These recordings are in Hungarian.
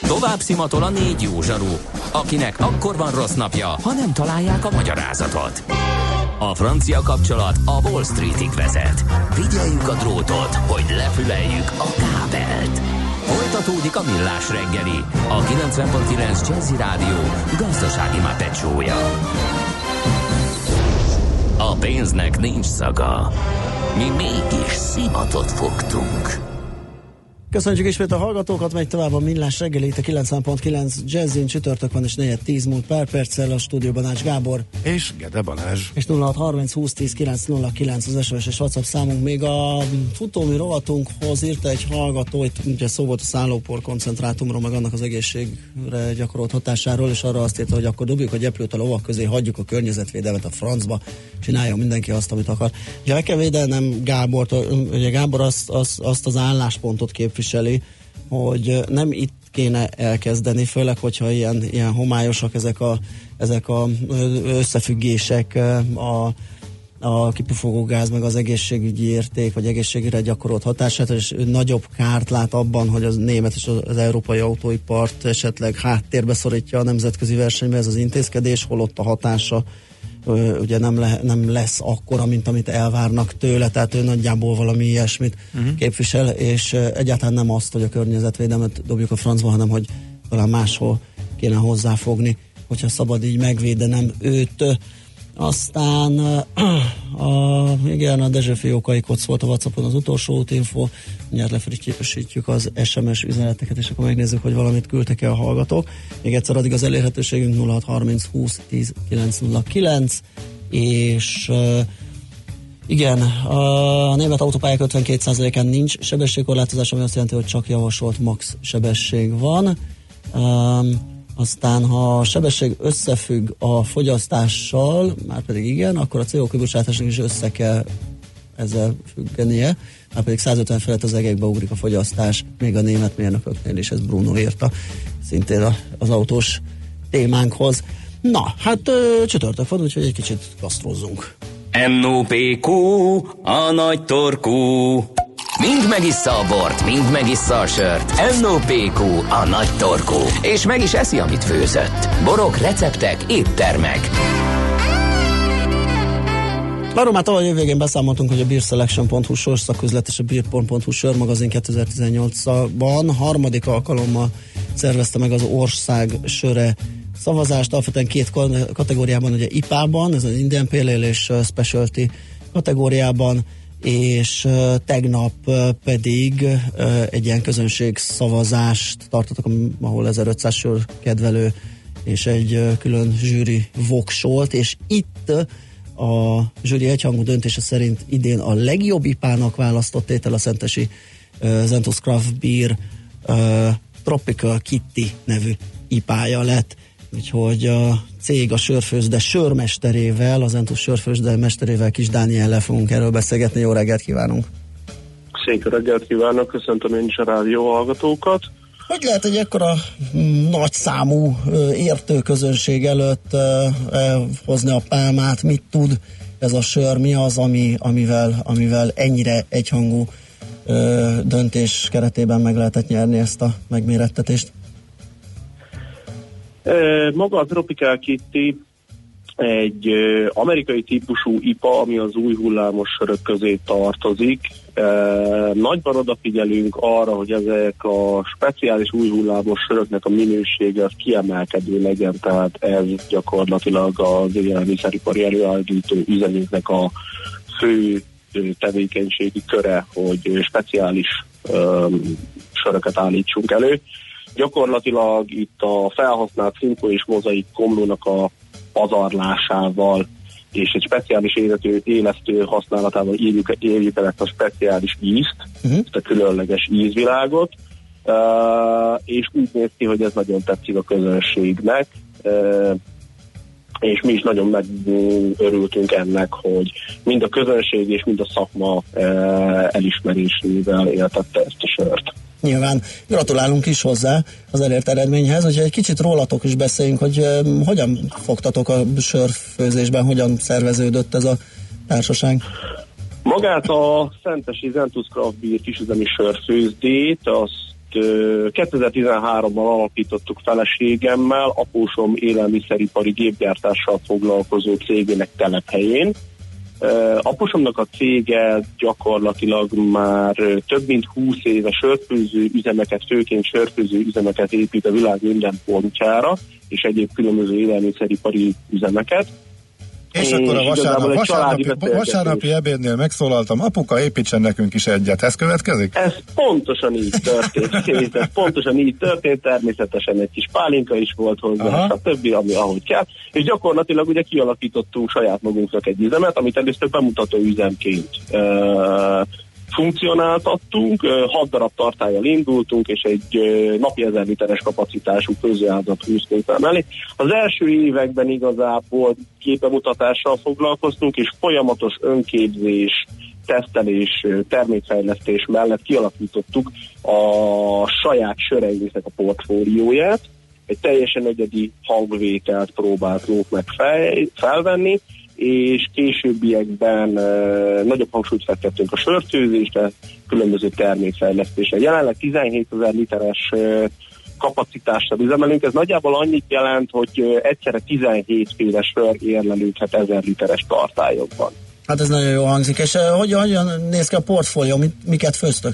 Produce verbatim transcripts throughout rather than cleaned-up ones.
Tovább szimatol a négy jó zsaru, akinek akkor van rossz napja, ha nem találják a magyarázatot. A francia kapcsolat a Wall Streetig vezet. Figyeljük a drótot, hogy lefüleljük a kábelt. Folytatódik a Millás reggeli, a kilencven pont kilenc Jazzy Rádió gazdasági mápecsója. A pénznek nincs szaga. Mi mégis szimatot fogtunk. Köszönjük ismét a hallgatókat, megy tovább a Millás reggeli, itt a kilencven pont kilenc Jazzin, csütörtök van és negyed tíz múlt pár perccel, a stúdióban Ács Gábor és Gede Balázs. És nulla hat harminc húsz tíz kilenc nulla kilenc az es em es és WhatsApp számunk. Még a futómű rovatunkhoz írta egy hallgató, itt ugye szó volt a szállópor koncentrátumról, meg annak az egészségre gyakorolt hatásáról, és arra azt írta, hogy akkor dobjuk a gyeplőt a lovak közé, hagyjuk a környezetvédelmet a francba, csináljon mindenki azt, amit akar. Ugye meg kell védenem Gábort, ugye Gábor azt, azt, azt az álláspontot képviseli, hogy nem itt kéne elkezdeni, főleg, hogyha ilyen, ilyen homályosak ezek a, ezek a összefüggések, a, a kipufogó gáz, meg az egészségügyi érték, vagy egészségügyre gyakorolt hatását, és nagyobb kárt lát abban, hogy az német és az európai autóipart esetleg háttérbe szorítja a nemzetközi versenybe ez az intézkedés, holott a hatása ugye nem, le, nem lesz akkora, mint amit elvárnak tőle, tehát ő nagyjából valami ilyesmit uh-huh. képvisel, és egyáltalán nem azt, hogy a környezetvédelmet dobjuk a francba, hanem hogy talán máshol kéne hozzáfogni, hogyha szabad így megvédenem őt. Aztán a, igen, a Dezső Fiókai-Koc volt a WhatsAppon az utolsó útinfo, mindjárt lefrissítjük az es em es üzeneteket, és akkor megnézzük, hogy valamit küldtek-e a hallgatók. Még egyszer addig az elérhetőségünk nulla hat harminc húsz tíz kilenc nulla kilenc, és uh, igen, a német autópályák ötvenkét százalékán nincs sebességkorlátozás, ami azt jelenti, hogy csak javasolt max sebesség van. Um, Aztán, ha a sebesség összefügg a fogyasztással, már pedig igen, akkor a cé o kibocsátásnak is össze kell ezzel függenie, már pedig száz ötven felett az egekbe ugrik a fogyasztás, még a német mérnököknél is, ez Bruno írta, szintén az autós témánkhoz. Na, hát ö, csütörtök van, úgyhogy egy kicsit gasztrózzunk. em o pé kú, a nagy torkú. Mind megissza a bort, mind megissza a sört. em o pé kú, a nagy torkú. És meg is eszi, amit főzött. Borok, receptek, éttermek. Arról már tavaly végén beszámoltunk, hogy a beer selection pont hu sorszaküzlet és a beerporn pont hu sörmagazin kétezer-tizennyolcban harmadik alkalommal szervezte meg az ország söre szavazást, alapvetően két kategóriában, ugye i pé á-ban, ez az Indian Pale Ale és Specialty kategóriában, és uh, tegnap uh, pedig uh, egy ilyen közönségszavazást tartottak, ahol ezerötszáz sör kedvelő és egy uh, külön zsűri voksolt, és itt uh, a zsűri egyhangú döntése szerint idén a legjobb i pé á-nak választott étel a szentesi uh, Zentus Craft Beer uh, Tropical Kitty nevű i pé á-ja lett. Úgyhogy a cég a sörfőzde sörmesterével, az Zentus sörfőzde mesterével, Kis Dániellel fogunk erről beszélgetni. Jó reggelt kívánunk! Szép reggelt kívánok, köszöntöm én is a rádió hallgatókat. Hogy lehet egy ekkora nagy számú értő közönség előtt hozni a pálmát? Mit tud ez a sör? Mi az, ami, amivel, amivel ennyire egyhangú döntés keretében meg lehetett nyerni ezt a megmérettetést? Maga a Tropical Kitty egy amerikai típusú i pé á, ami az új hullámos sörök közé tartozik. Nagyban odafigyelünk arra, hogy ezek a speciális új hullámos söröknek a minősége az kiemelkedő legyen, tehát ez gyakorlatilag az élelmiszeripari előállító üzemünknek a fő tevékenységi köre, hogy speciális um, söröket állítsunk elő. Gyakorlatilag itt a felhasznált Simcoe és Mozaik komlónak a pazarlásával és egy speciális élető, élesztő használatával érjük, érjük el ezt a speciális ízt, uh-huh. ezt a különleges ízvilágot, uh, és úgy néz ki, hogy ez nagyon tetszik a közönségnek, uh, és mi is nagyon megörültünk ennek, hogy mind a közönség és mind a szakma uh, elismerésével éltette ezt a sört. Nyilván gratulálunk is hozzá az elért eredményhez, hogyha egy kicsit rólatok is beszéljünk, hogy uh, hogyan fogtatok a sörfőzésben, hogyan szerveződött ez a társaság? Magát a szentesi Zentus Craft Beer kisüzemi sörfőzdét, azt kétezer-tizenháromban alapítottuk feleségemmel apósom élelmiszeripari gépgyártással foglalkozó cégének telephelyén. Apósomnak a cége gyakorlatilag már több mint húsz éve sörfőző üzemeket, főként sörfőző üzemeket épít a világ minden pontjára, és egyéb különböző élelmiszeripari üzemeket. És akkor a vasárnap, vasárnapi, vasárnapi ebédnél megszólaltam, apuka, építsen nekünk is egyet, ez következik? Ez pontosan így történt, ez pontosan így történt, természetesen egy kis pálinka is volt hozzá, a többi, ami ahogy kell, és gyakorlatilag ugye kialakítottunk saját magunknak egy üzemet, amit először bemutató üzemként uh, funkcionáltattunk, hat darab tartállyal indultunk, és egy napi ezer literes kapacitású főzőházat húztunk fel mellé. Az első években igazából képemutatással foglalkoztunk, és folyamatos önképzés, tesztelés, termékfejlesztés mellett kialakítottuk a saját söreinknek a portfólióját. Egy teljesen egyedi hangvételt próbáltunk meg fel, felvenni, és későbbiekben uh, nagyobb hangsúlyt fektettünk a sörfőzésre, különböző termékfejlesztésre. Jelenleg tizenhétezer literes uh, kapacitással üzemelünk, ez nagyjából annyit jelent, hogy uh, egyszerre tizenhét féle sör érlelődhet ezer literes tartályokban. Hát ez nagyon jó hangzik, és uh, hogyan, hogyan néz ki a portfólió, mit, miket főztök?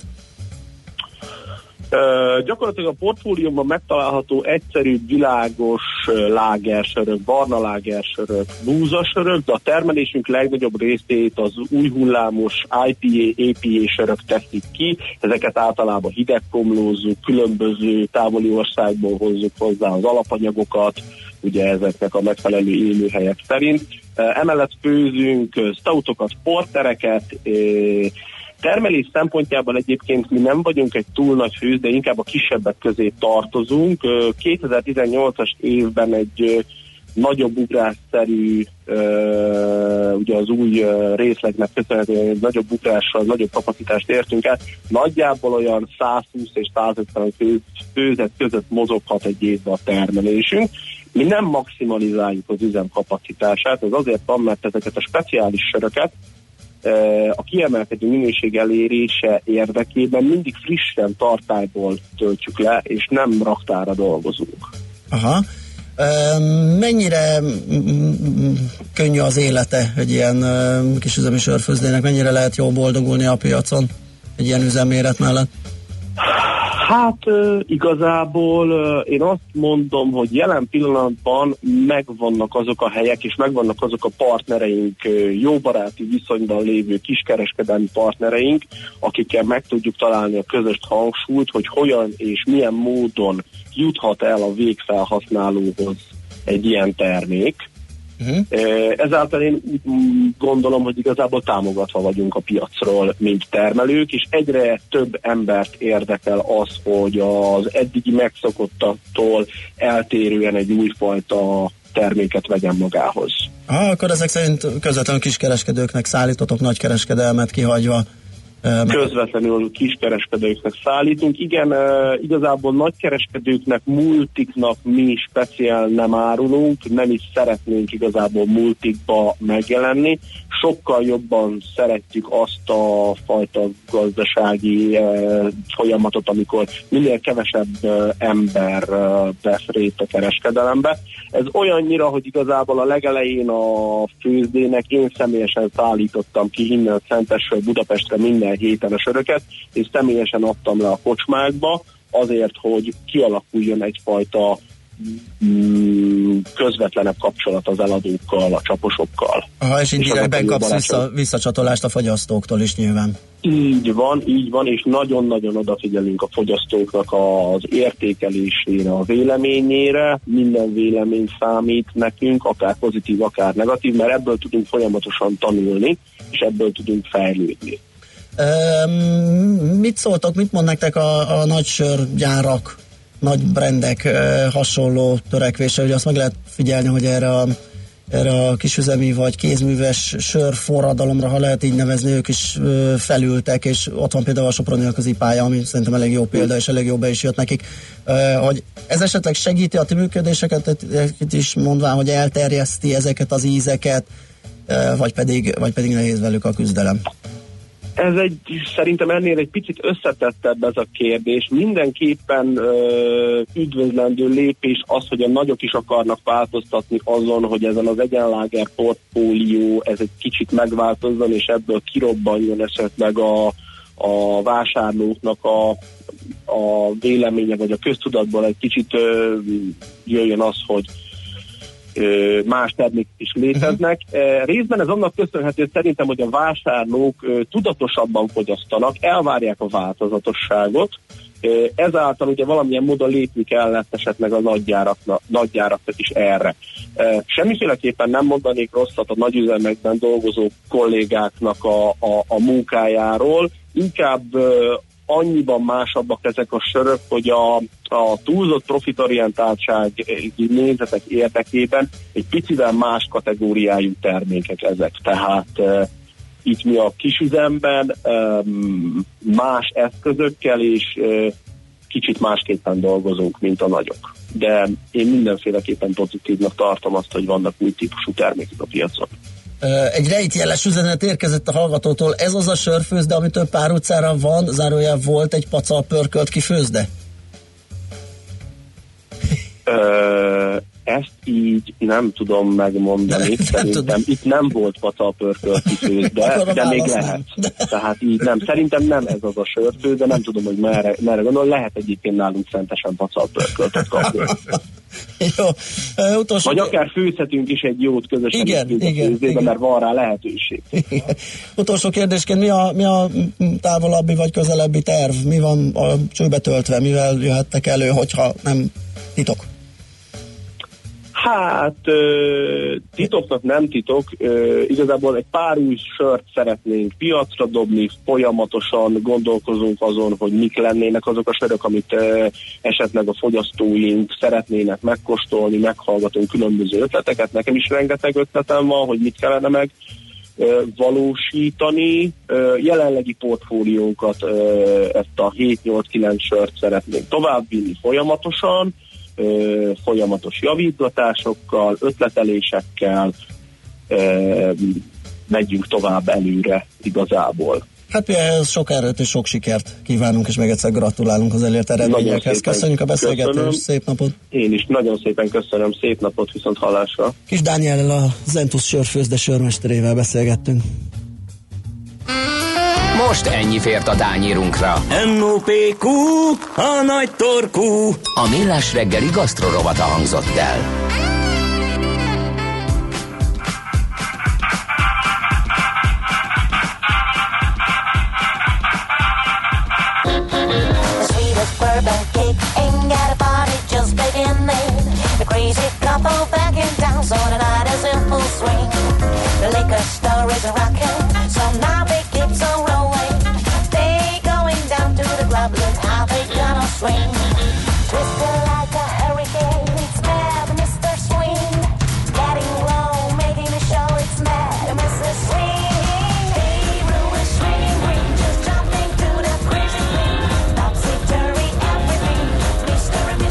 Uh, gyakorlatilag a portfólióban megtalálható egyszerű, világos uh, lágersörök, barna lágersörök, búzasörök, de a termelésünk legnagyobb részét az új hullámos i pé á, á pé á sörök teszik ki, ezeket általában hidegkomlózzuk, különböző távoli országból hozzuk hozzá az alapanyagokat, ugye ezeknek a megfelelő élőhelyek szerint. Uh, emellett főzünk uh, stoutokat, portereket, uh, termelés szempontjából egyébként mi nem vagyunk egy túl nagy főz, de inkább a kisebbek közé tartozunk. kétezer-tizennyolcas évben egy nagyobb ugrásszerű, ugye az új részlegnek köszönhetően egy nagyobb ugrással, nagyobb kapacitást értünk el. Nagyjából olyan százhúsz és százötven főzet között mozoghat egy évben a termelésünk. Mi nem maximalizáljuk az üzem kapacitását, ez azért van, mert ezeket a speciális söröket a kiemelkedő minőség elérése érdekében mindig frissen tartályból töltjük le, és nem raktára dolgozunk. Aha. Mennyire könnyű az élete egy ilyen kisüzemi sörfőzdének? Mennyire lehet jól boldogulni a piacon egy ilyen üzemméret mellett? Hát igazából én azt mondom, hogy jelen pillanatban megvannak azok a helyek, és megvannak azok a partnereink, jó baráti viszonyban lévő kiskereskedelmi partnereink, akikkel meg tudjuk találni a közös hangsúlyt, hogy hogyan és milyen módon juthat el a végfelhasználóhoz egy ilyen termék. Uh-huh. Ezáltal én úgy gondolom, hogy igazából támogatva vagyunk a piacról, mint termelők, és egyre több embert érdekel az, hogy az eddigi megszokottattól eltérően egy újfajta terméket vegyen magához. Ah, akkor ezek szerint közvetlenül kiskereskedőknek szállítotok, nagykereskedelmet kihagyva? Közvetlenül kiskereskedőknek szállítunk. Igen, igazából nagykereskedőknek, multiknak mi speciál nem árulunk, nem is szeretnénk igazából multikba megjelenni. Sokkal jobban szeretjük azt a fajta gazdasági folyamatot, amikor minél kevesebb ember vesz részt a kereskedelembe. Ez olyannyira, hogy igazából a legelején a főzdének én személyesen szállítottam ki innen Szentesről Budapestre minden héten a söröket, és személyesen adtam le a kocsmákba, azért, hogy kialakuljon egyfajta mm, közvetlenebb kapcsolat az eladókkal, a csaposokkal. Aha, és így direktben kapsz vissza, visszacsatolást a fogyasztóktól is nyilván. Így van, így van, és nagyon-nagyon odafigyelünk a fogyasztóknak az értékelésére, a véleményére. Minden vélemény számít nekünk, akár pozitív, akár negatív, mert ebből tudunk folyamatosan tanulni, és ebből tudunk fejlődni. Um, mit szóltok, mit mond nektek a, a nagy sörgyárak, nagy brendek uh, hasonló törekvése, hogy azt meg lehet figyelni, hogy erre a, erre a kisüzemi vagy kézműves sörforradalomra, ha lehet így nevezni, ők is uh, felültek, és ott van például a Soproni pálya, ami szerintem elég jó példa, és elég jó be is jött nekik, uh, hogy ez esetleg segíti a ti működéseket is, mondván, hogy elterjeszti ezeket az ízeket, uh, vagy pedig, vagy pedig nehéz velük a küzdelem? Ez egy, szerintem ennél egy picit összetettebb ez a kérdés. Mindenképpen ö, üdvözlendő lépés az, hogy a nagyok is akarnak változtatni azon, hogy ezen az egyenláger portfólió ez egy kicsit megváltozzon, és ebből kirobbanjon esetleg a, a vásárlóknak a, a véleménye, vagy a köztudatból egy kicsit ö, jöjjön az, hogy más termékek is léteznek. Részben ez annak köszönhető szerintem, hogy a vásárlók tudatosabban fogyasztanak, elvárják a változatosságot, ezáltal ugye valamilyen módon lépni kellett esetleg a nagygyáraknak, nagygyáraknak is erre. Semmiféleképpen nem mondanék rosszat a nagyüzemekben dolgozó kollégáknak a, a, a munkájáról, inkább annyiban másabbak ezek a sörök, hogy a, a túlzott profitorientáltság nézetek érdekében egy picivel más kategóriájú termékek ezek. Tehát e, itt mi a kisüzemben e, más eszközökkel és e, kicsit másképpen dolgozunk, mint a nagyok. De én mindenféleképpen pozitívnak tartom azt, hogy vannak új típusú termékek a piacon. Egy rejtjeles üzenet érkezett a hallgatótól. Ez az a sörfőzde, amitől pár utcára van, zárójel volt egy pacal pörkölt kifőzde? Ö, ezt így nem tudom megmondani. Nem, szerintem tudom. Itt nem volt pacal pörkölt kifőzde, de még lehet. De... Tehát így nem. Szerintem nem ez az a sörfőzde, nem tudom, hogy merre, merre gondol. Lehet egyébként nálunk szentesen pacal pörköltet kapni. Jó, uh, utolsó... Vagy akár főzhetünk is egy jót közösen, igen, igen, főzébe, igen. Mert van rá lehetőség. Igen. Utolsó kérdésként, mi a, mi a távolabbi vagy közelebbi terv? Mi van a csőbe töltve? Mivel jöhettek elő, hogyha nem titok? Hát titoknak nem titok, igazából egy pár új sört szeretnénk piacra dobni, folyamatosan gondolkozunk azon, hogy mik lennének azok a sörök, amit esetleg a fogyasztóink szeretnének megkóstolni, meghallgatunk különböző ötleteket, nekem is rengeteg ötletem van, hogy mit kellene meg valósítani. Jelenlegi portfóliónkat, ezt a hét-nyolc-kilenc sört szeretnénk továbbvinni folyamatosan, Ö, folyamatos javítgatásokkal, ötletelésekkel ö, megyünk tovább előre igazából. Hát mi ehhez sok erőt és sok sikert kívánunk, és még egyszer gratulálunk az elért eredményekhez. Köszönjük a beszélgetést, szép napot! Én is nagyon szépen köszönöm, szép napot, viszont hallásra! Kis Dániellel, a Zentus sörfőzde sörmesterével beszélgettünk. Most ennyi fért a tányérunkra. em o pé kú, a nagy torkú. A Millás reggeli gasztrorovata hangzott el. The sweetest bourbon cake ain't got a party, just beginning. The crazy couple back in town, so tonight is in full swing. The liquor store is rocking, so now they keep on rolling. They going down to the club, look how they gonna swing. Twisted like a hurricane, it's mad, Mister Swing. Getting low, making the show, it's mad, Mister Swing. Hey, ruin swing, ring, just jumping to the crazy swing. Topsy-turvy, everything, Mister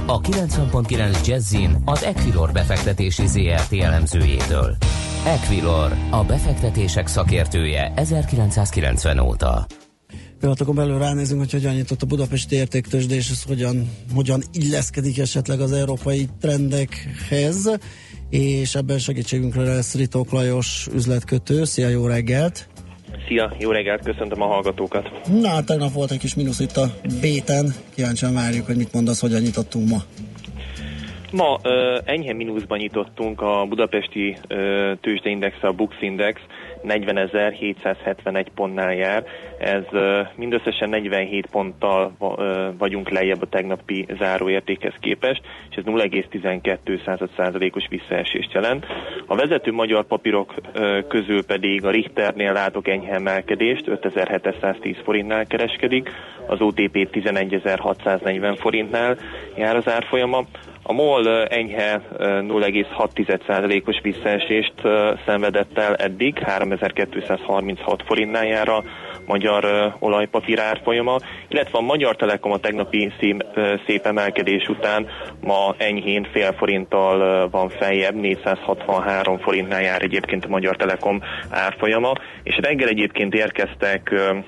a kilencven pont kilenc Jazzin az Equilor befektetési zé er té elemzőjétől. Equilor, a befektetések szakértője ezerkilencszázkilencven óta. Pillanatokon belül ránézünk, hogy hogyan nyitott a budapesti értéktőzsde, és ez hogyan, hogyan illeszkedik esetleg az európai trendekhez, és ebben segítségünkre lesz Ritók Lajos üzletkötő. Szia, jó reggelt! Szia, jó reggelt, köszöntöm a hallgatókat! Na, tegnap volt egy kis mínusz itt a béten, kíváncsian várjuk, hogy mit mondasz, hogyan nyitottunk ma. Ma uh, enyhe mínuszban nyitottunk, a budapesti uh, tőzsdeindex, a Bux Index negyvenezer-hétszázhetvenegy pontnál jár. Ez uh, mindösszesen negyvenhét ponttal uh, vagyunk lejjebb a tegnapi záróértékhez képest, és ez nulla egész tizenkettő százalékos visszaesést jelent. A vezető magyar papírok uh, közül pedig a Richternél látok enyhe emelkedést, ötezer-hétszáztíz forintnál kereskedik, az o té pé tizenegyezer-hatszáznegyven forintnál jár az árfolyama. A MOL enyhe nulla egész hat százalékos visszaesést szenvedett el eddig, háromezer-kétszázharminchat forintnál jár a magyar olajpapír árfolyama, illetve a Magyar Telekom a tegnapi szép, szép emelkedés után ma enyhén fél forinttal van feljebb, négyszázhatvanhárom forintnál jár egyébként a Magyar Telekom árfolyama, és reggel egyébként érkeztek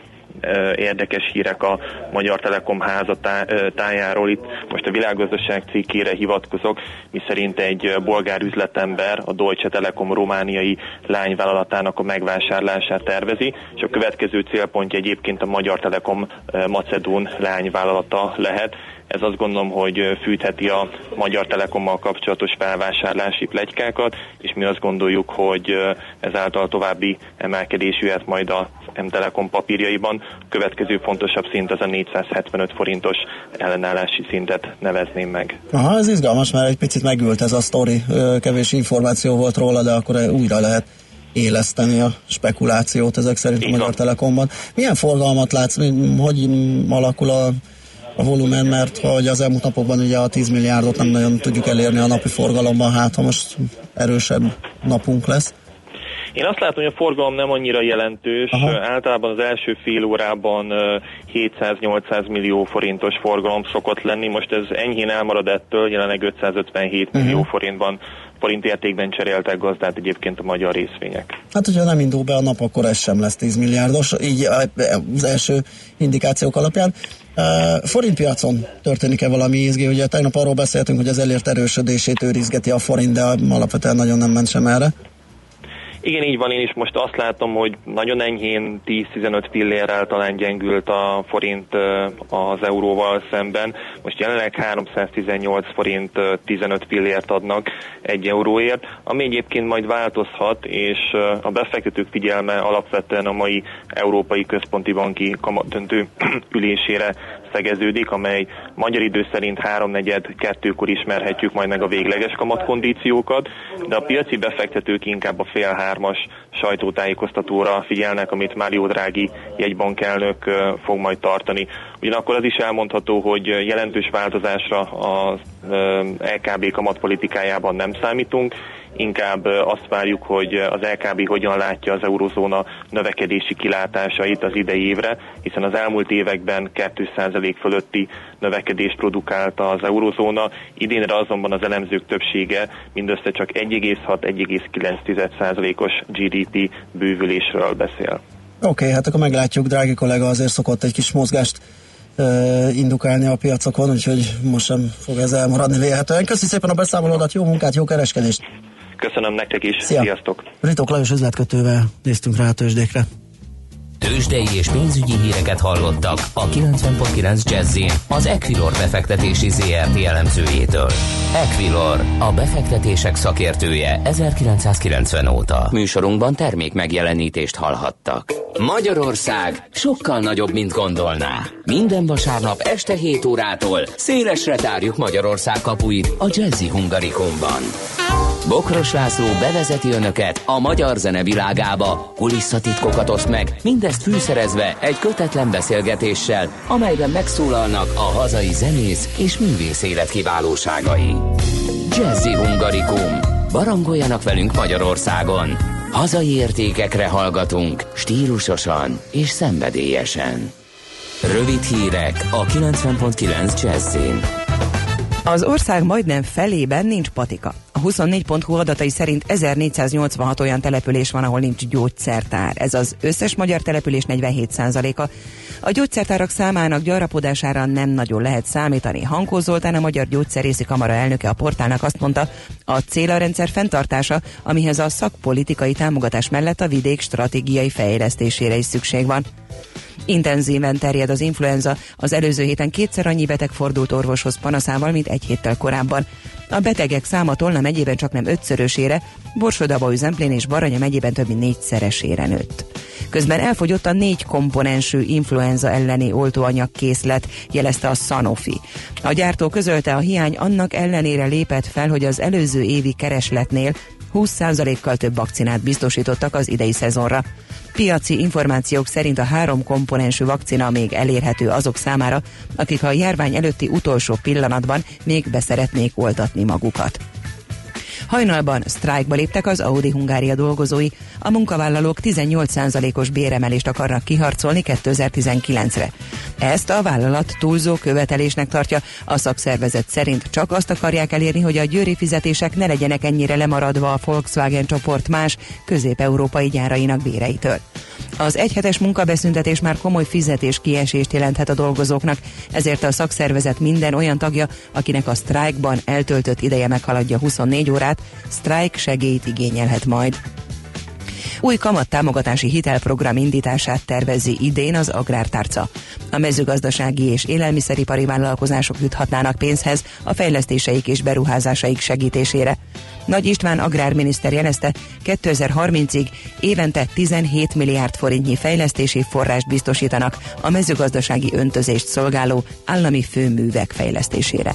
érdekes hírek a Magyar Telekom házatájáról. Itt most a Világgazdaság cikkére hivatkozok, miszerint egy bolgár üzletember a Deutsche Telekom romániai lányvállalatának a megvásárlását tervezi, és a következő célpontja egyébként a Magyar Telekom macedón lányvállalata lehet. Ez azt gondolom, hogy fűtheti a Magyar Telekommal kapcsolatos felvásárlási pletykákat, és mi azt gondoljuk, hogy ezáltal további emelkedés jöhet majd a M-Telekom papírjaiban. A következő fontosabb szint az a négyszázhetvenöt forintos ellenállási szintet nevezném meg. Aha, ez izgalmas, mert egy picit megült ez a sztori, kevés információ volt róla, de akkor újra lehet éleszteni a spekulációt ezek szerint a Magyar Telekomban. Milyen forgalmat látsz, hogy alakul a a volumen, mert hogy az elmúlt napokban ugye a tíz milliárdot nem nagyon tudjuk elérni a napi forgalomban, hát ha most erősebb napunk lesz. Én azt látom, hogy a forgalom nem annyira jelentős. Aha. Általában az első fél órában hétszáz-nyolcszáz millió forintos forgalom szokott lenni. Most ez enyhén elmarad ettől, jelenleg ötszázötvenhét uh-huh. millió forintban, forint értékben cseréltek gazdát egyébként a magyar részvények. Hát, hogyha nem indul be a nap, akkor ez sem lesz tíz milliárdos, így az első indikációk alapján. Uh, forintpiacon történik-e valami izgi? Ugye tegnap arról beszéltünk, hogy az elért erősödését őrizgeti a forint, de alapvetően nagyon nem ment sem erre. Igen, így van, én is most azt látom, hogy nagyon enyhén tíz-tizenöt pillérrel talán gyengült a forint az euróval szemben. Most jelenleg háromszáztizennyolc forint tizenöt pillért adnak egy euróért, ami egyébként majd változhat, és a befektetők figyelme alapvetően a mai Európai Központi Banki kamatdöntő ülésére szegeződik, amely magyar idő szerint háromnegyed kettőkor ismerhetjük majd meg a végleges kamatkondíciókat, de a piaci befektetők inkább a fél hármas sajtótájékoztatóra figyelnek, amit Mário Draghi jegybankelnök fog majd tartani. Ugyanakkor az is elmondható, hogy jelentős változásra az é ká bé kamatpolitikájában nem számítunk, inkább azt várjuk, hogy az é ká bé hogyan látja az eurozóna növekedési kilátásait az idei évre, hiszen az elmúlt években két százalék fölötti növekedést produkálta az eurozóna, idénre azonban az elemzők többsége mindössze csak egy egész hat - egy egész kilenc százalékos gé dé pé bővülésről beszél. Oké, okay, hát akkor meglátjuk, drági kollega azért szokott egy kis mozgást Uh, indukálni a piacokon, úgyhogy most sem fog ez elmaradni vélhetően. Köszi szépen a beszámolódat, jó munkát, jó kereskedést! Köszönöm nektek is, Szia. Sziasztok! Ritók Lajos üzletkötővel néztünk rá a tőzsdékre. Tőzsdei és pénzügyi híreket hallottak a kilencven pont kilenc Jazzin az Equilor befektetési zé er té elemzőjétől. Equilor, a befektetések szakértője ezerkilencszázkilencven óta. Műsorunkban termék megjelenítést hallhattak. Magyarország sokkal nagyobb, mint gondolná. Minden vasárnap este hét órától szélesre tárjuk Magyarország kapuit a Jazzy Hungarikumban. Bokros László bevezeti önöket a magyar zene világába, kulisszatitkokat oszt meg, mindezt fűszerezve egy kötetlen beszélgetéssel, amelyben megszólalnak a hazai zenész és művész élet kiválóságai. Jazzy Hungarikum. Barangoljanak velünk Magyarországon. Hazai értékekre hallgatunk, stílusosan és szenvedélyesen. Rövid hírek a kilencven pont kilenc Jazzin. Az ország majdnem felében nincs patika. A huszonnégy pont hu adatai szerint ezernégyszáznyolcvanhat olyan település van, ahol nincs gyógyszertár. Ez az összes magyar település negyvenhét százaléka. A gyógyszertárak számának gyarapodására nem nagyon lehet számítani. Hankó Zoltán, a Magyar Gyógyszerészi Kamara elnöke a portálnak azt mondta, a cél a rendszer fenntartása, amihez a szakpolitikai támogatás mellett a vidék stratégiai fejlesztésére is szükség van. Intenzíven terjed az influenza, az előző héten kétszer annyi beteg fordult orvoshoz panaszával, mint egy héttel korábban. A betegek száma Tolna megyében csaknem ötszörösére, Borsod-Abaúj-Zemplén és Baranya megyében több mint négyszeresére nőtt. Közben elfogyott a négy komponensű influenza elleni oltóanyag készlet, jelezte a Sanofi. A gyártó közölte, a hiány annak ellenére lépett fel, hogy az előző évi keresletnél húsz százalékkal több vakcinát biztosítottak az idei szezonra. Piaci információk szerint a három komponensű vakcina még elérhető azok számára, akik a járvány előtti utolsó pillanatban még beszeretnék oltatni magukat. Hajnalban sztrájkba léptek az Audi Hungária dolgozói. A munkavállalók tizennyolc százalékos béremelést akarnak kiharcolni kétezer-tizenkilencre. Ezt a vállalat túlzó követelésnek tartja. A szakszervezet szerint csak azt akarják elérni, hogy a győri fizetések ne legyenek ennyire lemaradva a Volkswagen csoport más közép-európai gyárainak béreitől. Az egyhetes munkabeszüntetés már komoly fizetés kiesést jelenthet a dolgozóknak, ezért a szakszervezet minden olyan tagja, akinek a sztrájkban eltöltött ideje meghaladja huszonnégy órát, sztrájk segélyt igényelhet majd. Új kamattámogatási hitelprogram indítását tervezi idén az Agrártárca. A mezőgazdasági és élelmiszeripari vállalkozások juthatnának pénzhez a fejlesztéseik és beruházásaik segítésére. Nagy István agrárminiszter jelezte, kétezer-harmincig évente tizenhét milliárd forintnyi fejlesztési forrást biztosítanak a mezőgazdasági öntözést szolgáló állami főművek fejlesztésére.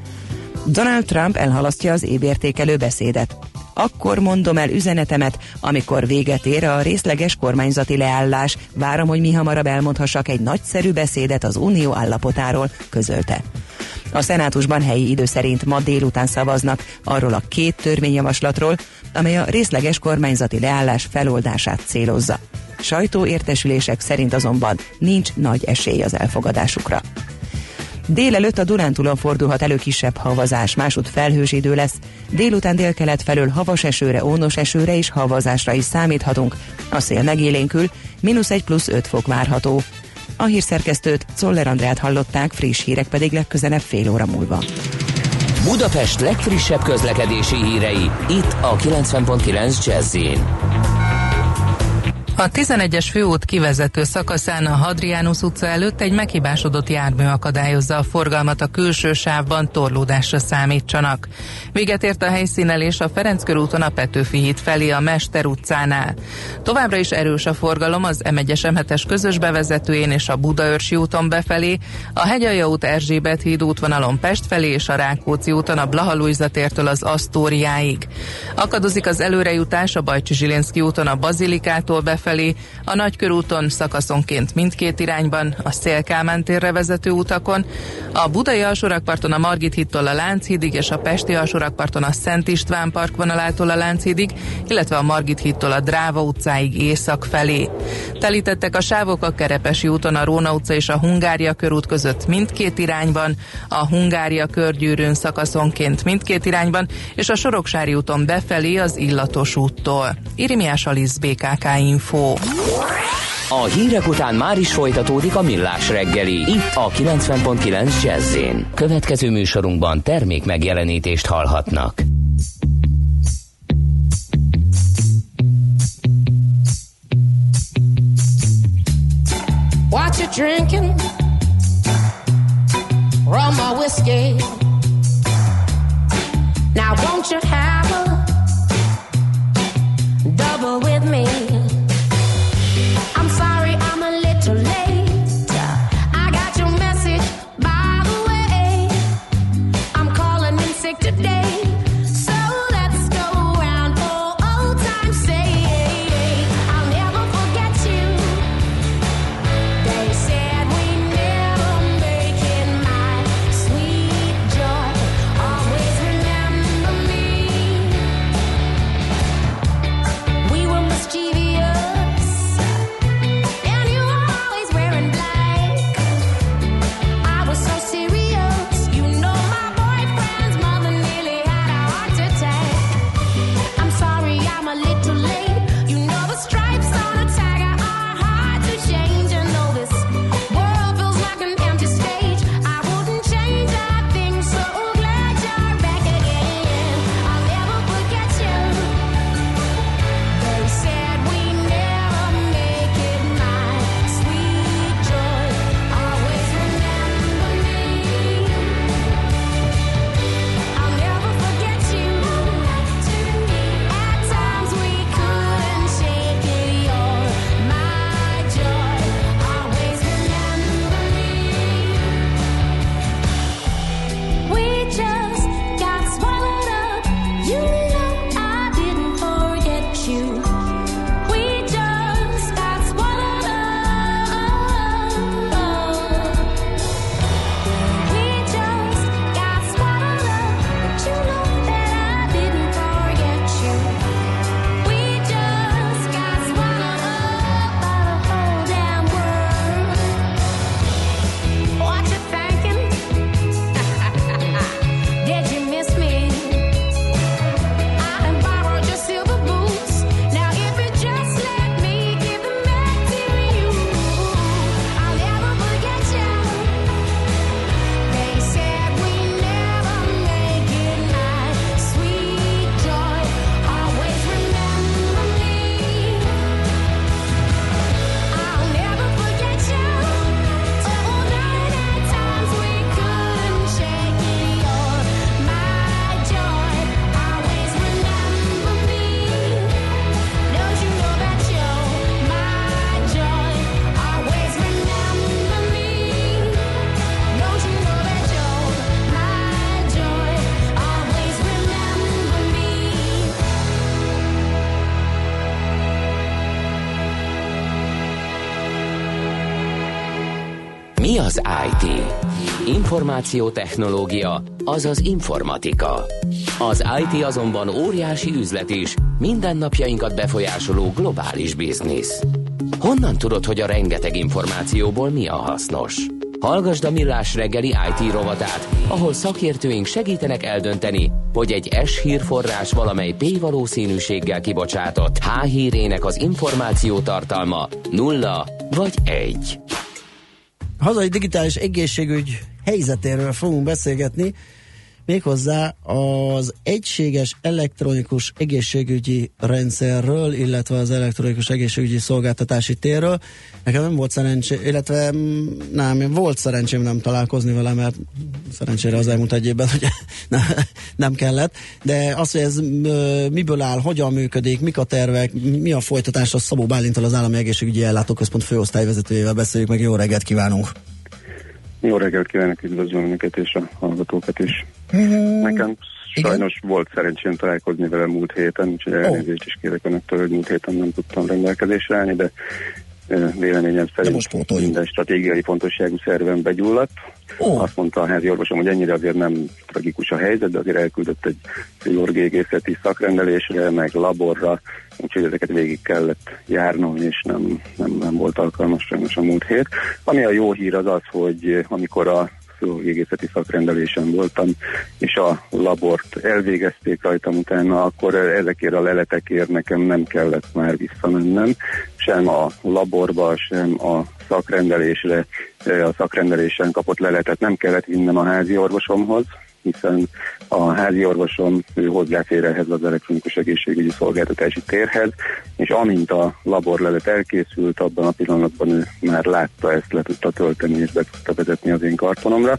Donald Trump elhalasztja az évértékelő beszédet. Akkor mondom el üzenetemet, amikor véget ér a részleges kormányzati leállás. Várom, hogy mihamarabb elmondhassak egy nagyszerű beszédet az unió állapotáról, közölte. A szenátusban helyi idő szerint ma délután szavaznak arról a két törvényjavaslatról, amely a részleges kormányzati leállás feloldását célozza. Sajtóértesülések szerint azonban nincs nagy esély az elfogadásukra. Délelőtt a Dunántúlon fordulhat elő kisebb havazás, másút felhős idő lesz. Délután délkelet felől havas esőre, ónos esőre és havazásra is számíthatunk. A szél megélénkül, mínusz egy plusz öt fok várható. A hírszerkesztőt, Czoller Andrát hallották, friss hírek pedig legközelebb fél óra múlva. Budapest legfrissebb közlekedési hírei, itt a kilencven pont kilenc Jazz-in. A tizenegyes főút kivezető szakaszán a Hadrianus utca előtt egy meghibásodott jármű akadályozza a forgalmat, a külső sávban torlódásra számítsanak. Véget ért a helyszínelés a Ferenc körúton a Petőfi híd felé a Mester utcánál. Továbbra is erős a forgalom az em egyes em hetes közös bevezetőjén és a Budaörsi úton befelé, a Hegyalja út Erzsébet híd útvonalon Pest felé és a Rákóczi úton a Blaha Lujza tértől az Asztóriáig. Akadozik az előrejutás a Bajcsi Zsilinszky úton a Bazilikától befelé, a Nagykörúton szakaszonként mindkét irányban, a Széll-Kálmán térre vezető utakon, a Budai alsórakparton a Margit hídtól a Lánchídig és a Pesti alsórakparton a Szent István park vonalától a Lánchídig, illetve a Margit hídtól a Dráva utcáig észak felé. Telítettek a sávok a Kerepesi úton a Róna utca és a Hungária körút között mindkét irányban, a Hungária körgyűrűn szakaszonként mindkét irányban, és a Soroksári úton befelé az Illatos úttól. Irimiás Alisz, bé ká ká Info. A hírek után már is folytatódik a Millás reggeli, itt a kilencven pont kilenc Jazz-in. Következő műsorunkban termék megjelenítést hallhatnak. What you drinking? Rum or whiskey? Now won't you have a double with me? I'm sorry I'm a little late. I got your message, by the way. I'm calling in sick today. So let's go round for old time's sake. I'll never forget you. They said we never make it, my sweet joy. Always remember me. We were mischievous, and you were always wearing black. I was so serious, you know my boyfriend az i té? Információtechnológia, azaz informatika. Az i té azonban óriási üzlet is, mindennapjainkat befolyásoló globális biznisz. Honnan tudod, hogy a rengeteg információból mi a hasznos? Hallgasd a Millás reggeli i té rovatát, ahol szakértőink segítenek eldönteni, hogy egy S hírforrás valamely P valószínűséggel kibocsátott H hírének az információ tartalma nulla vagy egy. Hazai digitális egészségügy helyzetéről fogunk beszélgetni, méghozzá az egységes elektronikus egészségügyi rendszerről, illetve az elektronikus egészségügyi szolgáltatási térről. Nekem nem volt szerencsém, illetve nem, volt szerencsém nem találkozni vele, mert szerencsére az elmúlt egy évben ugye nem, nem kellett, de az, hogy ez miből áll, hogyan működik, mik a tervek, mi a folytatás, az Szabó Bálinttal, az Állami Egészségügyi Ellátóközpont főosztályvezetőjével beszéljük meg. Jó reggelt kívánunk! Jó reggelt kívánok, üdvözlöm önöket és a hallgatókat is. Mm. Nekem sajnos igen? volt szerencsém találkozni vele múlt héten, úgyhogy oh. elnézést is kérek önöktől, hogy múlt héten nem tudtam rendelkezésre állni, de véleményem szerint minden stratégiai fontosságú szerven begyulladt. Oh. Azt mondta a házi orvosom, hogy ennyire azért nem tragikus a helyzet, de azért elküldött egy orgégészeti szakrendelésre, meg laborra, úgyhogy ezeket végig kellett járnom, és nem, nem, nem volt alkalmas sajnos a múlt hét. Ami a jó hír az az, hogy amikor a orgégészeti szakrendelésen voltam, és a labort elvégezték rajtam utána, akkor ezekért a leletekért nekem nem kellett már visszamennem, sem a laborba, sem a szakrendelésre, a szakrendelésen kapott leletet nem kellett vinnem a házi orvosomhoz, hiszen a házi orvosom ő hozzáfér ehhez az elektronikus egészségügyi szolgáltatási térhez, és amint a laborlelet elkészült, abban a pillanatban ő már látta ezt, le tudta tölteni és be tudta vezetni az én kartonomra,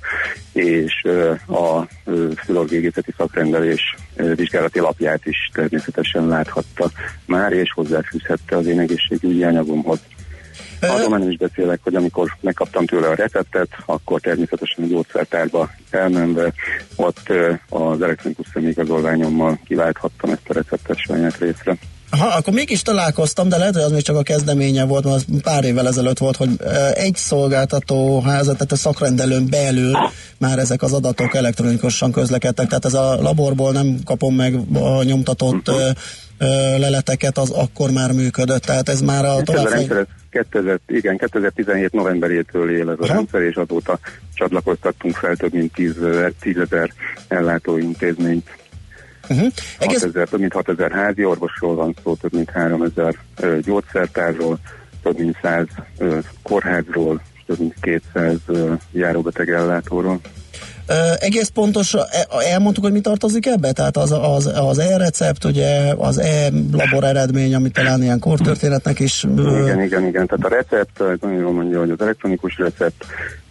és a fülorgégészeti szakrendelés vizsgálati lapját is természetesen láthatta már, és hozzáfűzhette az én egészségügyi anyagomhoz. Arról nem is beszélek, hogy amikor megkaptam tőle a receptet, akkor természetesen a gyógyszertárba elmenve ott az elektronikus személyigazolványommal kiválthattam ezt a receptet saját részre. Ha, akkor mégis találkoztam, de lehet, hogy az még csak a kezdeménye volt, mert az pár évvel ezelőtt volt, hogy egy szolgáltató házat, tehát a szakrendelőn belül már ezek az adatok elektronikusan közlekedtek, tehát ez a laborból nem kapom meg a nyomtatott uh-huh. leleteket, az akkor már működött, tehát ez már a tovább... kétezer, igen, kétezer-tizenhét novemberétől él ez a ha? rendszer, és azóta csatlakoztattunk fel több mint tízezer ellátóintézményt. Uh-huh. Egész... hatezer, több mint hatezer házi orvosról van szó, több mint háromezer uh, gyógyszertárról, több mint száz uh, kórházról, több mint kétszáz uh, járóbeteg ellátóról. Uh, egész pontos, elmondtuk, hogy mi tartozik ebbe? Tehát az, az, az e-recept, ugye, az e-labor eredmény, amit talán ilyen kortörténetnek is... Uh... Igen, igen, igen. Tehát a recept, nagyon jól mondja, hogy az elektronikus recept,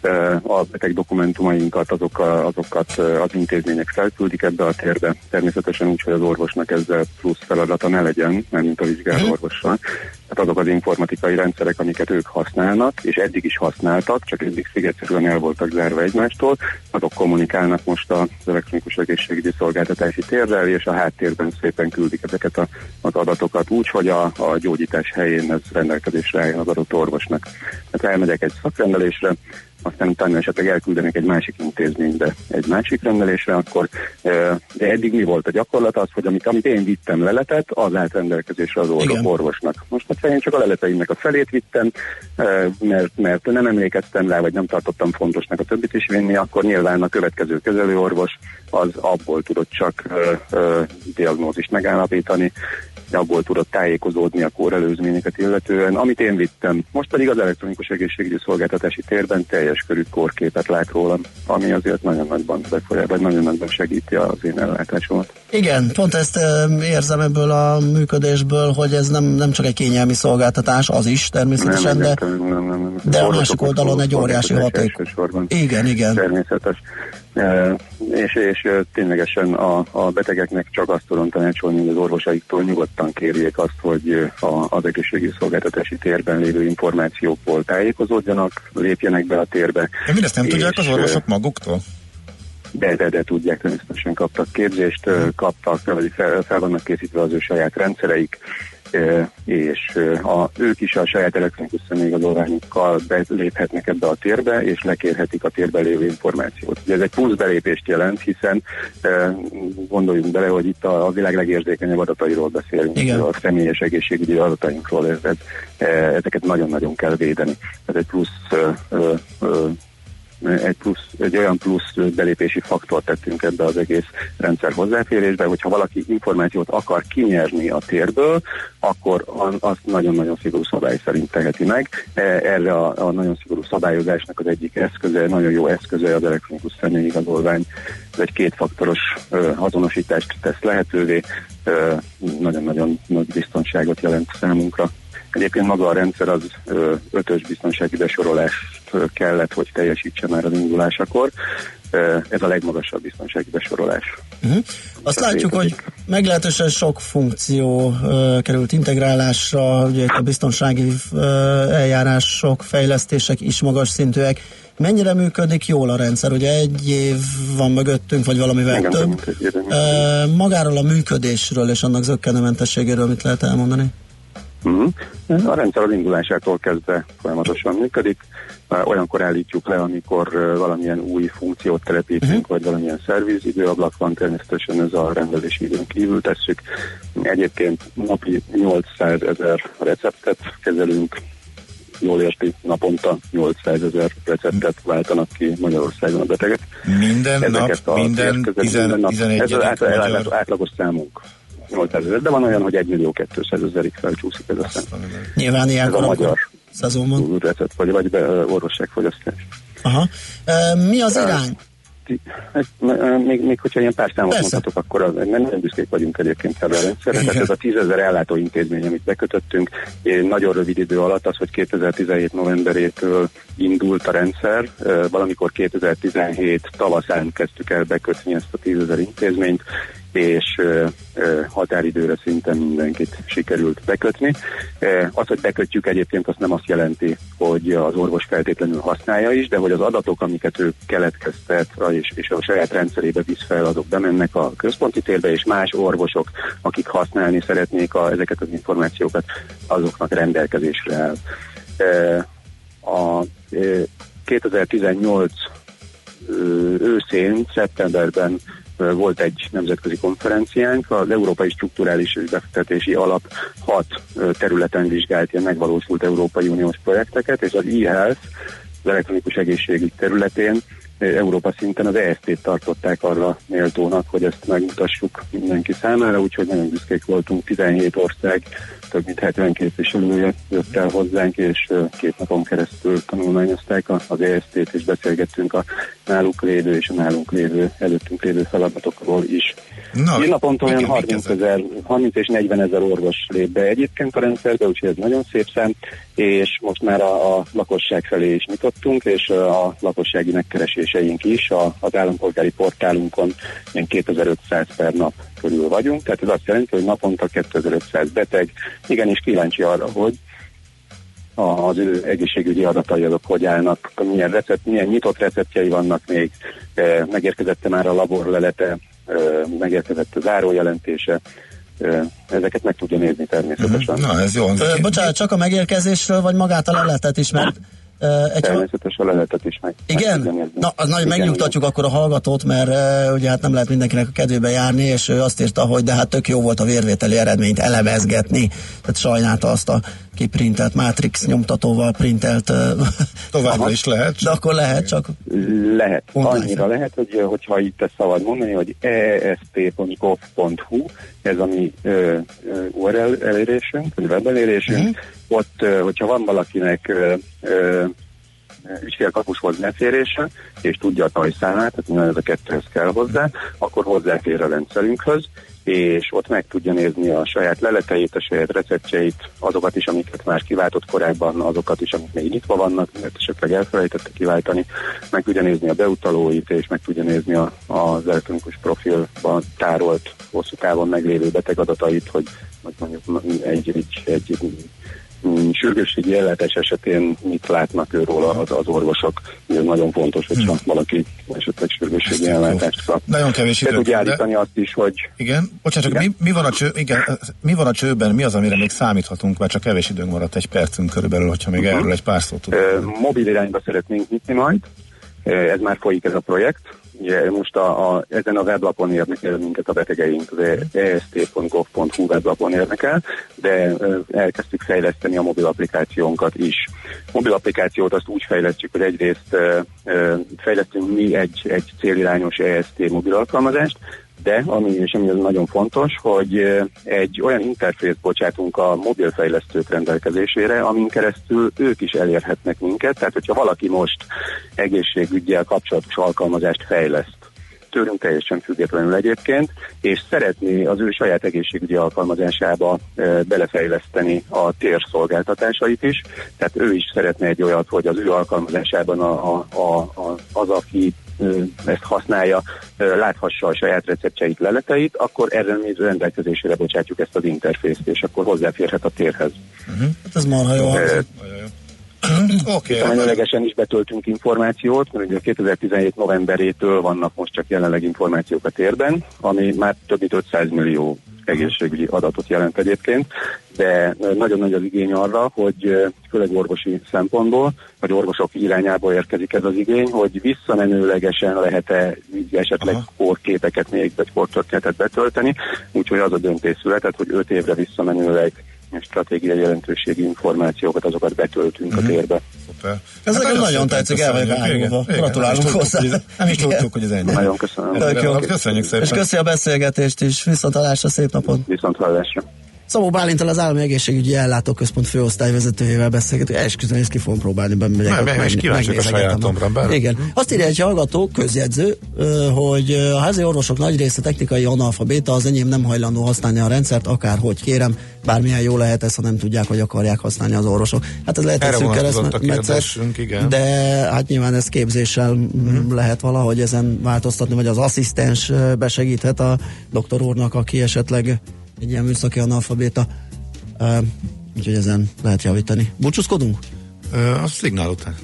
a beteg dokumentumainkat, azok a, azokat az intézmények felküldik ebbe a térbe. Természetesen úgy, hogy az orvosnak ezzel plusz feladata ne legyen, nem mint a vizsgáló orvossal. Tehát azok az informatikai rendszerek, amiket ők használnak, és eddig is használtak, csak eddig szigetszerűen el voltak zárva egymástól, azok kommunikálnak most az elektronikus egészségügyi szolgáltatási térrel, és a háttérben szépen küldik ezeket a, az adatokat úgy, hogy a, a gyógyítás helyén ez rendelkezésre álljon az adott orvosnak. Tehát elmegyek egy szakrendelésre, aztán utána esetleg elküldenek egy másik intézménybe egy másik rendelésre, akkor de eddig mi volt a gyakorlat az, hogy amit, amit én vittem leletet, az állt rendelkezésre az orvos, orvosnak. Most hát én csak a leleteimnek a felét vittem, mert, mert nem emlékeztem rá, vagy nem tartottam fontosnak a többit is vinni, akkor nyilván a következő kezelőorvos az abból tudott csak uh, uh, diagnózist megállapítani, abból tudott tájékozódni a kórelőzményeket illetően, amit én vittem. Most pedig az elektronikus egészségügyi szolgáltatási térben teljes körű kórképet lát rólam, ami azért nagyon nagyban befolyál, vagy nagyon nagyban segíti az én ellátásomat. Igen, pont ezt érzem ebből a működésből, hogy ez nem, nem csak egy kényelmi szolgáltatás, az is természetesen, nem, de, nem, nem, nem, nem. de a másik oldalon egy óriási haték. Igen, igen. Természetes. E, és, és ténylegesen a, a betegeknek csak azt tudom tanácsolni, hogy az orvosaiktól nyugodtan kérjék azt, hogy a, az egészségügyi szolgáltatási térben lévő információkból tájékozódjanak, lépjenek be a térbe. De mindezt nem tudják az orvosok maguktól? De, de, de tudják, természetesen kaptak képzést, kaptak, vagy fel, fel vannak készítve az ő saját rendszereik, és a, ők is a saját elektronikus személyigazolványukkal beléphetnek ebbe a térbe, és lekérhetik a térben lévő információt. Ugye ez egy plusz belépést jelent, hiszen gondoljunk bele, hogy itt a, a világ legérzékenyebb adatairól beszélünk, igen. A személyes egészségügyi adatainkról, ez, ez, ezeket nagyon-nagyon kell védeni. Ez egy plusz ö, ö, Egy, plusz, egy olyan plusz belépési faktort tettünk ebbe az egész rendszer hozzáférésbe, hogyha valaki információt akar kinyerni a térből, akkor azt nagyon-nagyon szigorú szabály szerint teheti meg. Erre a, a nagyon szigorú szabályozásnak az egyik eszköze, nagyon jó eszköze az elektronikus személyigazolvány. Ez egy kétfaktoros azonosítást tesz lehetővé, ö, nagyon-nagyon nagy biztonságot jelent számunkra. Egyébként maga a rendszer az ö, ötös biztonsági besorolást kellett, hogy teljesítse már az indulásakor. Ez a legmagasabb biztonsági besorolás. Uh-huh. Azt látjuk, hogy meglehetősen sok funkció uh, került integrálásra, ugye a biztonsági uh, eljárások, fejlesztések is magas szintűek. Mennyire működik jól a rendszer? Ugye egy év van mögöttünk, vagy valamivel igen, több. Uh, magáról a működésről és annak zökkenőmentességéről mit lehet elmondani? Uh-huh. A rendszer az indulásától kezdve folyamatosan működik. Olyankor állítjuk le, amikor valamilyen új funkciót telepítünk, uh-huh. vagy valamilyen szerviz időablak van, természetesen ez a rendezési időn kívül tesszük. Egyébként napi nyolcszázezer receptet kezelünk, jól érti, naponta nyolcszázezer receptet váltanak ki Magyarországon a betegek. Minden Ezeket nap, minden tizenegy Ez az át, át, átlagos számunk. nyolcszázezer, de van olyan, hogy egymillió-kétszázezerig felcsúszik ez a szám. Nyilván ilyenkor ez a magyar szezonban recept, vagy, vagy be, orvosságfogyasztás. Aha. E, mi az irány? Még, még hogyha ilyen pár számot mondhatok, akkor az, nem nagyon büszkék vagyunk egyébként erre a rendszerre. Tehát ez a tízezer ellátó intézmény, amit bekötöttünk, nagyon rövid idő alatt, az, hogy kétezer-tizenhét novemberétől indult a rendszer, valamikor kétezer-tizenhét tavaszán kezdtük el bekötni ezt a tízezer intézményt, és uh, uh, határidőre szinte mindenkit sikerült bekötni. Uh, az, hogy bekötjük egyébként, azt nem azt jelenti, hogy az orvos feltétlenül használja is, de hogy az adatok, amiket ő keletkeztet és, és a saját rendszerébe visz fel, azok bemennek a központi térbe, és más orvosok, akik használni szeretnék a, ezeket az információkat, azoknak rendelkezésre áll. Uh, a uh, kétezer-tizennyolc uh, őszén, szeptemberben volt egy nemzetközi konferenciánk, az Európai Strukturális és Befektetési Alap hat területen vizsgált ilyen megvalósult Európai Uniós projekteket, és az e-health, az elektronikus egészségügy területén Európa szinten az E S T-t tartották arra méltónak, hogy ezt megmutassuk mindenki számára, úgyhogy nagyon büszkék voltunk, tizenhét ország, több mint hetven képviselője jött el hozzánk, és két napon keresztül tanulmányozták az E S T-t, és beszélgettünk a náluk lévő és a nálunk lévő, előttünk lévő feladatokról is. Egy naponta olyan harminc, ezer, harminc és negyven ezer orvos lép be egyébként a rendszerbe, úgyhogy ez nagyon szép szám, és most már a, a lakosság felé is nyitottunk, és a lakossági megkereséseink is a, az állampolgári portálunkon ilyen kétezer-ötszáz per nap körül vagyunk, tehát ez azt jelenti, hogy naponta kétezer-ötszáz beteg, igenis kíváncsi arra, hogy az ő egészségügyi adatai azok hogy állnak, milyen, recept, milyen nyitott receptjei vannak még, megérkezette már a laborlelete, megérkezett a zárójelentése, ezeket meg tudja nézni természetesen. Na, ez jó. Bocsánat, csak a megérkezésről, vagy magát a leletet is, mert Uh, természetesen a leletet is meg. Igen? Meg Na, az nagyon megnyugtatjuk akkor a hallgatót, mert uh, ugye hát nem lehet mindenkinek a kedvébe járni, és ő azt írta, hogy de hát tök jó volt a vérvételi eredményt elemezgetni. Tehát sajnálta azt a kiprintelt Matrix nyomtatóval printelt. Uh, Továbbra is lehet. De akkor lehet, csak... Lehet. Annyira lehet, hogy hogyha itt ezt szabad mondani, hogy e s t pont gov pont h u, ez a mi uh, U R L elérésünk, vagy web elérésünk, uh-huh. Ott, hogyha van valakinek ügyfélkapus hozzáférése, és tudja a tajszámát, tehát ez a kettőhöz kell hozzá, akkor hozzáfér a rendszerünkhöz, és ott meg tudja nézni a saját leleteit, a saját receptjeit, azokat is, amiket már kiváltott korábban, azokat is, amik még nyitva vannak, mert esetleg elfelejtette kiváltani, meg tudja nézni a beutalóit, és meg tudja nézni a, az elektronikus profilban tárolt, hosszú távon meglévő betegadatait, hogy mondjuk egy, egy, egy sürgősségi ellátás esetén mit látnak őről az, az orvosok. Ez nagyon fontos, hogyha hmm. valaki esetleg sürgősségi ellátást kap. Nagyon kevés időt. tudja állítani azt is, hogy... Igen? Bocsánat, csak mi, mi, van a cső, igen, mi van a csőben, mi az, amire még számíthatunk, mert csak kevés időnk maradt, egy percünk körülbelül, hogyha még uh-huh. erről egy pár szót tudunk. Mobil irányba szeretnénk nyitni majd. Ez már folyik ez a projekt. Ugye most a, a, ezen a weblapon érnek el minket a betegeink, az e s t pont gov pont h u weblapon érnek el, de elkezdtük fejleszteni a mobil applikációnkat is. Mobil applikációt azt úgy fejlesztjük, hogy egyrészt fejlesztünk mi egy, egy célirányos E S T mobil alkalmazást, de ami, és ami az nagyon fontos, hogy egy olyan interfészt bocsátunk a mobilfejlesztők rendelkezésére, amin keresztül ők is elérhetnek minket, tehát hogyha valaki most egészségüggyel kapcsolatos alkalmazást fejleszt, tőlünk teljesen függetlenül egyébként, és szeretné az ő saját egészségügyi alkalmazásába e, belefejleszteni a tér szolgáltatásait is, tehát ő is szeretne egy olyat, hogy az ő alkalmazásában a, a, a, a, az, aki ezt használja, láthassa a saját receptjeit, leleteit, akkor erre mi rendelkezésére bocsátjuk ezt az interfészt, és akkor hozzáférhet a térhez. Uh-huh. Hát ez marha jó. E, Okay, Menőlegesen is betöltünk információt, mert ugye kétezer-tizenhét novemberétől vannak most csak jelenleg információk a térben, ami már több mint ötszáz millió egészségügyi adatot jelent egyébként, de nagyon nagy az igény arra, hogy főleg orvosi szempontból, vagy orvosok irányába érkezik ez az igény, hogy visszamenőlegesen lehet-e esetleg kórképeket még, vagy kórtörténetet betölteni, úgyhogy az a döntés született, hogy öt évre visszamenőleg stratégiai jelentőségi információkat, azokat betöltünk mm-hmm. a térbe. Szuper. Ez hát nagyon tetszik, el vagyok állóva. Gratulálunk hozzá. Nem is tudtuk, hogy ez ennyi. Nagyon köszönöm. Köszönjük szépen. És köszi a beszélgetést is. Viszontlátásra, szép napot. Viszontlátásra. Szabó Bálinttal, az Állami Egészségügyi Ellátóközpont főosztályvezetőjével beszélgetünk. Esküszöm, ezt ki fogom próbálni, bemegyek. Meg, és kíváncsiak a sajátomra. Igen. Azt írja egy hallgató, közjegyző, hogy a házi orvosok nagy része technikai analfabéta, az enyém nem hajlandó használni a rendszert, akárhogy kérem, bármilyen jó lehet ez, ha nem tudják, hogy akarják használni az orvosok. Hát ez lehet egy szűk keresztmetszet, de hát nyilván ez képzéssel mm. lehet valahogy ezen változtatni, vagy az asszisztens besegíthet a doktor úrnak, aki esetleg egy ilyen műszaki analfabéta. Uh, úgyhogy ezen lehet javítani. Búcsúzkodunk? Uh, a szignál után.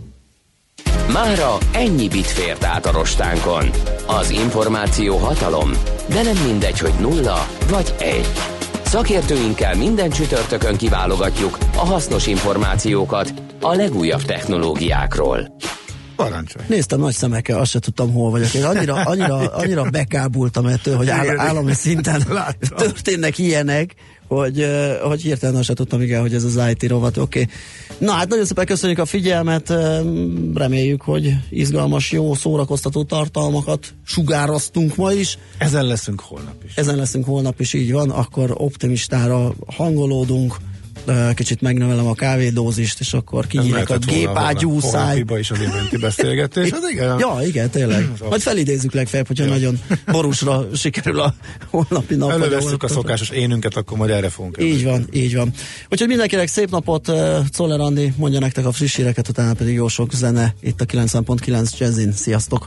Mára ennyi bit fért át a rostánkon. Az információ hatalom, de nem mindegy, hogy nulla vagy egy. Szakértőinkkel minden csütörtökön kiválogatjuk a hasznos információkat a legújabb technológiákról. Parancsolj. Néztem nagy szemekkel, azt se tudtam, hol vagyok. Én annyira, annyira, annyira bekábultam ettől, hogy áll, állami szinten történnek ilyenek, hogy, hogy hirtelen azt se tudtam, igen, hogy ez az i té rovat. Oké. Okay. Na hát nagyon szépen köszönjük a figyelmet, reméljük, hogy izgalmas, jó, szórakoztató tartalmakat sugároztunk ma is. Ezen leszünk holnap is. Ezen leszünk holnap is, így van, akkor optimistára hangolódunk, kicsit megnövelem a kávédózist, és akkor kinyílik a gépágyúszáj. Holnapiba is az iménti beszélgetés. Az igen. Ja, igen, tényleg. Majd felidézzük legfeljebb, hogyha ja. nagyon borúsra sikerül a holnapi nap. Elővesszük a szokásos énünket, akkor majd erre fogunk. Így van, így van. Úgyhogy mindenkinek szép napot, Czoller Andi mondja nektek a friss híreket, utána pedig jó sok zene itt a kilencven pont kilenc Jazzin. Sziasztok!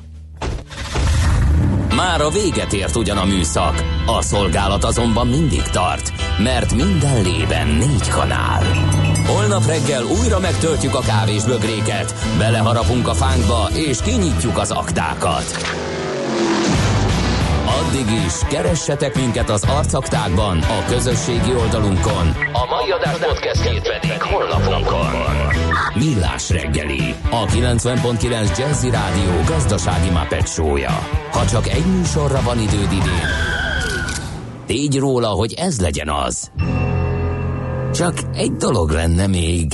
Már a véget ért ugyan a műszak, a szolgálat azonban mindig tart, mert minden lében négy kanál. Holnap reggel újra megtöltjük a kávésbögréket, beleharapunk a fánkba és kinyitjuk az aktákat. Addig is keressetek minket az arcaktákban, a közösségi oldalunkon. A mai adás podcastjét pedig honlapunkon. Millás reggeli, a kilencven pont kilenc Jazzy Rádió gazdasági Muppet show-ja. Ha csak egy műsorra van időd idén, tégy róla, hogy ez legyen az. Csak egy dolog lenne még.